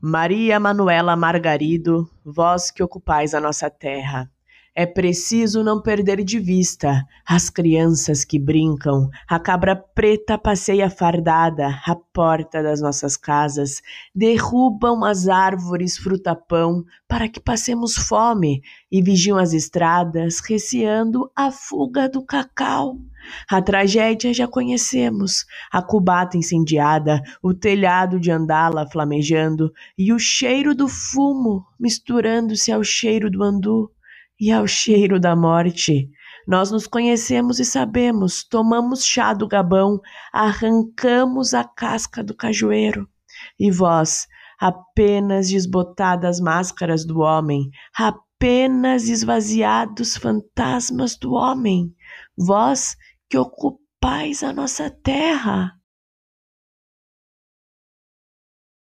Maria Manuela Margarido, vós que ocupais a nossa terra. É preciso não perder de vista as crianças que brincam, a cabra preta passeia fardada à porta das nossas casas, derrubam as árvores fruta-pão para que passemos fome e vigiam as estradas, receando a fuga do cacau. A tragédia já conhecemos, a cubata incendiada, o telhado de andala flamejando e o cheiro do fumo misturando-se ao cheiro do andu e ao cheiro da morte. Nós nos conhecemos e sabemos, tomamos chá do gabão, arrancamos a casca do cajueiro. E vós, apenas desbotadas máscaras do homem, apenas esvaziados fantasmas do homem, vós que ocupais a nossa terra.